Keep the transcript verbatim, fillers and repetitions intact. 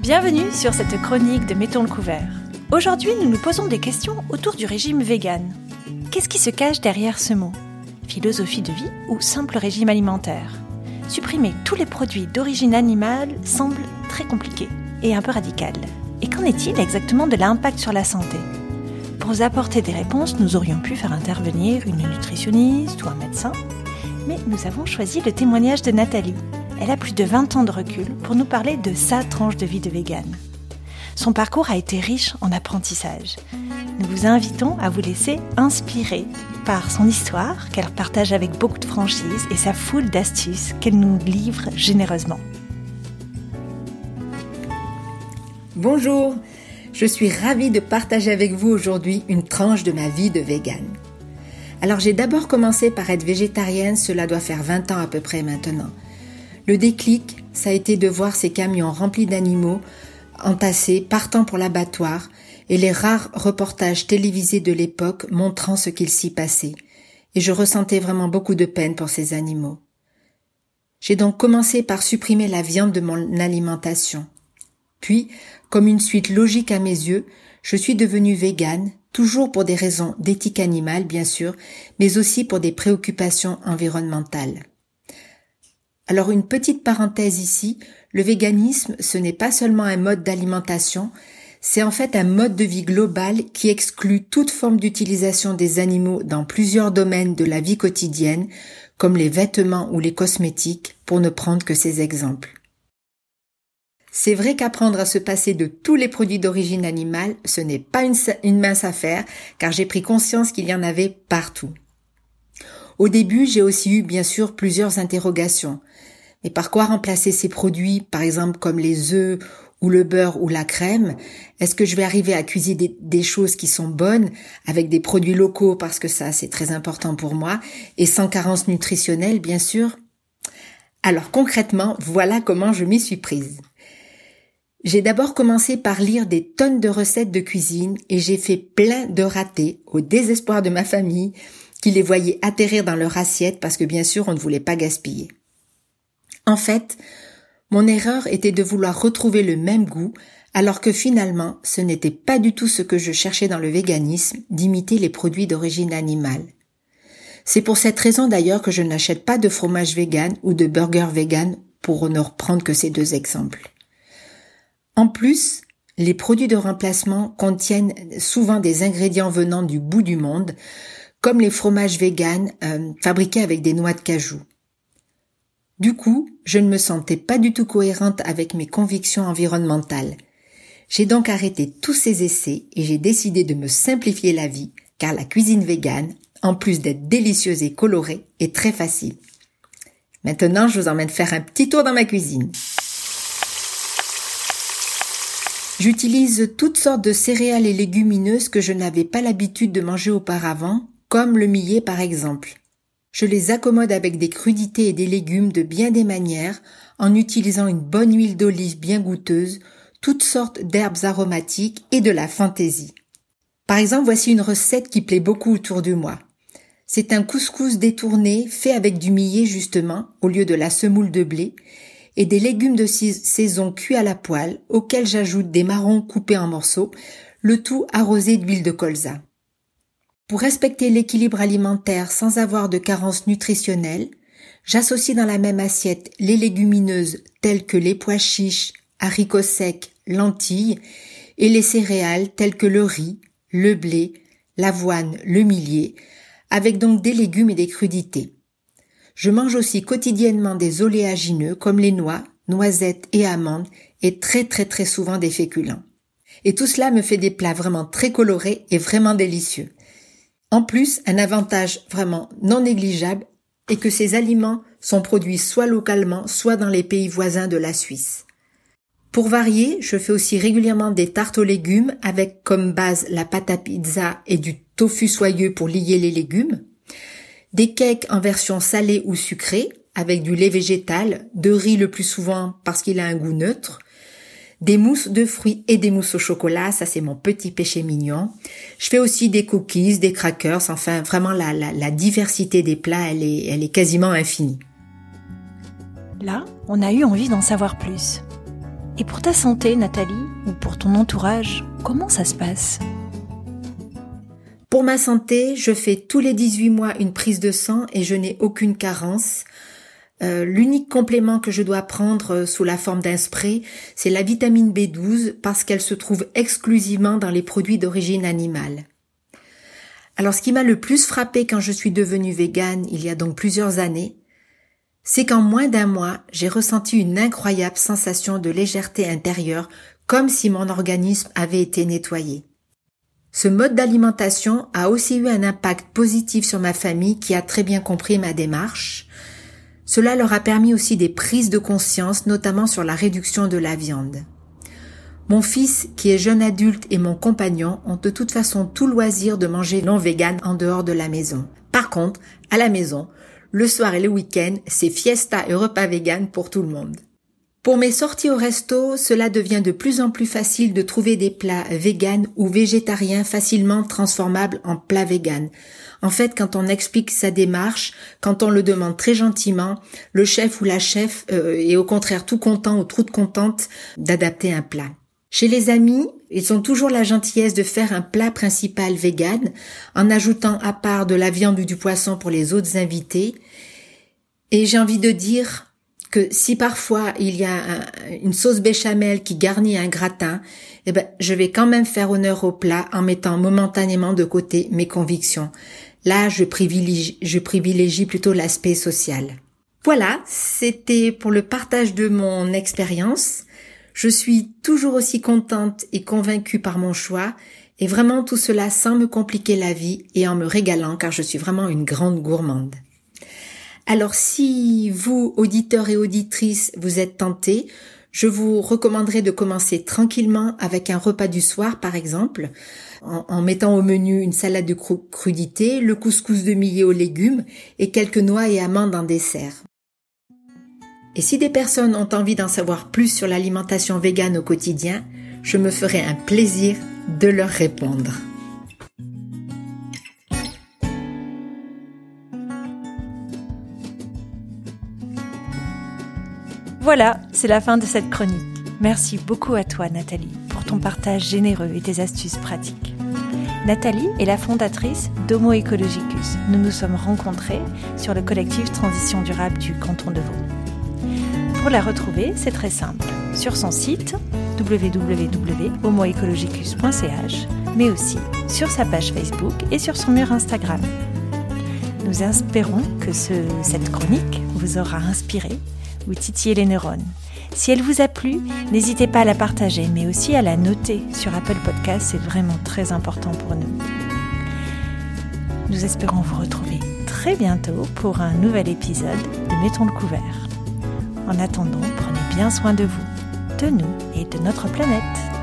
Bienvenue sur cette chronique de Mettons le couvert. Aujourd'hui, nous nous posons des questions autour du régime vegan. Qu'est-ce qui se cache derrière ce mot ? Philosophie de vie ou simple régime alimentaire ? Supprimer tous les produits d'origine animale semble très compliqué et un peu radical. Et qu'en est-il exactement de l'impact sur la santé ? Pour vous apporter des réponses, nous aurions pu faire intervenir une nutritionniste ou un médecin, mais nous avons choisi le témoignage de Nathalie. Elle a plus de vingt ans de recul pour nous parler de sa tranche de vie de végane. Son parcours a été riche en apprentissage. Nous vous invitons à vous laisser inspirer par son histoire qu'elle partage avec beaucoup de franchise et sa foule d'astuces qu'elle nous livre généreusement. Bonjour, je suis ravie de partager avec vous aujourd'hui une tranche de ma vie de végane. Alors j'ai d'abord commencé par être végétarienne, cela doit faire vingt ans à peu près maintenant. Le déclic, ça a été de voir ces camions remplis d'animaux entassés, partant pour l'abattoir, et les rares reportages télévisés de l'époque montrant ce qu'il s'y passait. Et je ressentais vraiment beaucoup de peine pour ces animaux. J'ai donc commencé par supprimer la viande de mon alimentation. Puis, comme une suite logique à mes yeux, je suis devenue végane, toujours pour des raisons d'éthique animale bien sûr, mais aussi pour des préoccupations environnementales. Alors une petite parenthèse ici, le véganisme, ce n'est pas seulement un mode d'alimentation, c'est en fait un mode de vie global qui exclut toute forme d'utilisation des animaux dans plusieurs domaines de la vie quotidienne, comme les vêtements ou les cosmétiques, pour ne prendre que ces exemples. C'est vrai qu'apprendre à se passer de tous les produits d'origine animale, ce n'est pas une, une mince affaire, car j'ai pris conscience qu'il y en avait partout. Au début, j'ai aussi eu bien sûr plusieurs interrogations. Mais par quoi remplacer ces produits, par exemple comme les œufs ou le beurre ou la crème ? Est-ce que je vais arriver à cuisiner des, des choses qui sont bonnes avec des produits locaux parce que ça c'est très important pour moi et sans carence nutritionnelle bien sûr ? Alors concrètement, voilà comment je m'y suis prise. J'ai d'abord commencé par lire des tonnes de recettes de cuisine et j'ai fait plein de ratés au désespoir de ma famille qui les voyait atterrir dans leur assiette parce que bien sûr on ne voulait pas gaspiller. En fait, mon erreur était de vouloir retrouver le même goût, alors que finalement, ce n'était pas du tout ce que je cherchais dans le véganisme, d'imiter les produits d'origine animale. C'est pour cette raison d'ailleurs que je n'achète pas de fromage vegan ou de burger vegan, pour ne reprendre que ces deux exemples. En plus, les produits de remplacement contiennent souvent des ingrédients venant du bout du monde, comme les fromages vegan euh, fabriqués avec des noix de cajou. Du coup, je ne me sentais pas du tout cohérente avec mes convictions environnementales. J'ai donc arrêté tous ces essais et j'ai décidé de me simplifier la vie, car la cuisine végane, en plus d'être délicieuse et colorée, est très facile. Maintenant, je vous emmène faire un petit tour dans ma cuisine. J'utilise toutes sortes de céréales et légumineuses que je n'avais pas l'habitude de manger auparavant, comme le millet par exemple. Je les accommode avec des crudités et des légumes de bien des manières, en utilisant une bonne huile d'olive bien goûteuse, toutes sortes d'herbes aromatiques et de la fantaisie. Par exemple, voici une recette qui plaît beaucoup autour de moi. C'est un couscous détourné fait avec du millet justement, au lieu de la semoule de blé, et des légumes de saison cuits à la poêle, auxquels j'ajoute des marrons coupés en morceaux, le tout arrosé d'huile de colza. Pour respecter l'équilibre alimentaire sans avoir de carence nutritionnelle, j'associe dans la même assiette les légumineuses telles que les pois chiches, haricots secs, lentilles et les céréales telles que le riz, le blé, l'avoine, le millet, avec donc des légumes et des crudités. Je mange aussi quotidiennement des oléagineux comme les noix, noisettes et amandes et très très très souvent des féculents. Et tout cela me fait des plats vraiment très colorés et vraiment délicieux. En plus, un avantage vraiment non négligeable est que ces aliments sont produits soit localement, soit dans les pays voisins de la Suisse. Pour varier, je fais aussi régulièrement des tartes aux légumes avec comme base la pâte à pizza et du tofu soyeux pour lier les légumes, des cakes en version salée ou sucrée avec du lait végétal, de riz le plus souvent parce qu'il a un goût neutre, des mousses de fruits et des mousses au chocolat, ça c'est mon petit péché mignon. Je fais aussi des cookies, des crackers, enfin vraiment la, la, la diversité des plats, elle est, elle est quasiment infinie. Là, on a eu envie d'en savoir plus. Et pour ta santé, Nathalie, ou pour ton entourage, comment ça se passe ? Pour ma santé, je fais tous les dix-huit mois une prise de sang et je n'ai aucune carence. Euh, l'unique complément que je dois prendre sous la forme d'un spray, c'est la vitamine B douze parce qu'elle se trouve exclusivement dans les produits d'origine animale. Alors ce qui m'a le plus frappé quand je suis devenue végane il y a donc plusieurs années, c'est qu'en moins d'un mois, j'ai ressenti une incroyable sensation de légèreté intérieure, comme si mon organisme avait été nettoyé. Ce mode d'alimentation a aussi eu un impact positif sur ma famille qui a très bien compris ma démarche. Cela leur a permis aussi des prises de conscience, notamment sur la réduction de la viande. Mon fils, qui est jeune adulte, et mon compagnon ont de toute façon tout loisir de manger non vegan en dehors de la maison. Par contre, à la maison, le soir et le week-end, c'est fiesta et repas vegan pour tout le monde. Pour mes sorties au resto, cela devient de plus en plus facile de trouver des plats vegan ou végétariens facilement transformables en plats vegan. En fait, quand on explique sa démarche, quand on le demande très gentiment, le chef ou la chef euh, est au contraire tout content ou trop contente d'adapter un plat. Chez les amis, ils ont toujours la gentillesse de faire un plat principal vegan en ajoutant à part de la viande ou du poisson pour les autres invités. Et j'ai envie de dire que si parfois il y a un, une sauce béchamel qui garnit un gratin, eh ben, je vais quand même faire honneur au plat en mettant momentanément de côté mes convictions. Là, je privilégie, je privilégie plutôt l'aspect social. Voilà, c'était pour le partage de mon expérience. Je suis toujours aussi contente et convaincue par mon choix, et vraiment tout cela sans me compliquer la vie et en me régalant car je suis vraiment une grande gourmande. Alors si vous, auditeurs et auditrices, vous êtes tentés, je vous recommanderais de commencer tranquillement avec un repas du soir par exemple, en, en mettant au menu une salade de cru- crudité, le couscous de millet aux légumes et quelques noix et amandes en dessert. Et si des personnes ont envie d'en savoir plus sur l'alimentation végane au quotidien, je me ferai un plaisir de leur répondre. Voilà, c'est la fin de cette chronique. Merci beaucoup à toi, Nathalie, pour ton partage généreux et tes astuces pratiques. Nathalie est la fondatrice d'Homo Ecologicus. Nous nous sommes rencontrés sur le collectif Transition Durable du canton de Vaud. Pour la retrouver, c'est très simple. Sur son site w w w point homo ecologicus point c h, mais aussi sur sa page Facebook et sur son mur Instagram. Nous espérons que ce, cette chronique vous aura inspiré ou titiller les neurones. Si elle vous a plu, n'hésitez pas à la partager, mais aussi à la noter sur Apple Podcasts, c'est vraiment très important pour nous. Nous espérons vous retrouver très bientôt pour un nouvel épisode de Mettons le couvert. En attendant, prenez bien soin de vous, de nous et de notre planète.